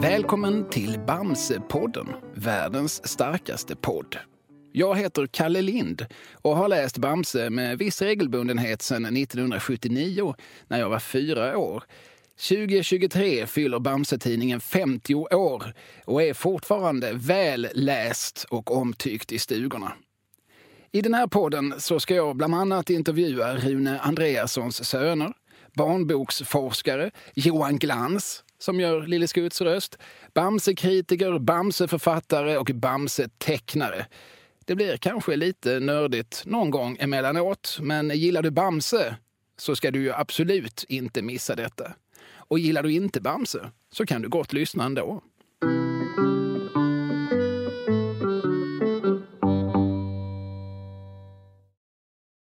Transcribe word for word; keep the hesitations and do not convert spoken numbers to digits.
Välkommen till Bamse-podden, världens starkaste podd. Jag heter Kalle Lind och har läst Bamse med viss regelbundenhet sedan nittonhundrasjuttionio när jag var fyra år. tjugo tjugotre fyller Bamse-tidningen femtio år och är fortfarande väl läst och omtyckt i stugorna. I den här podden så ska jag bland annat intervjua Rune Andreassons söner, barnboksforskare Johan Glans som gör Lille Skuts röst, Bamse-kritiker, Bamse-författare och Bamse-tecknare. Det blir kanske lite nördigt någon gång emellanåt, men gillar du Bamse så ska du ju absolut inte missa detta. Och gillar du inte Bamse så kan du gott lyssna ändå.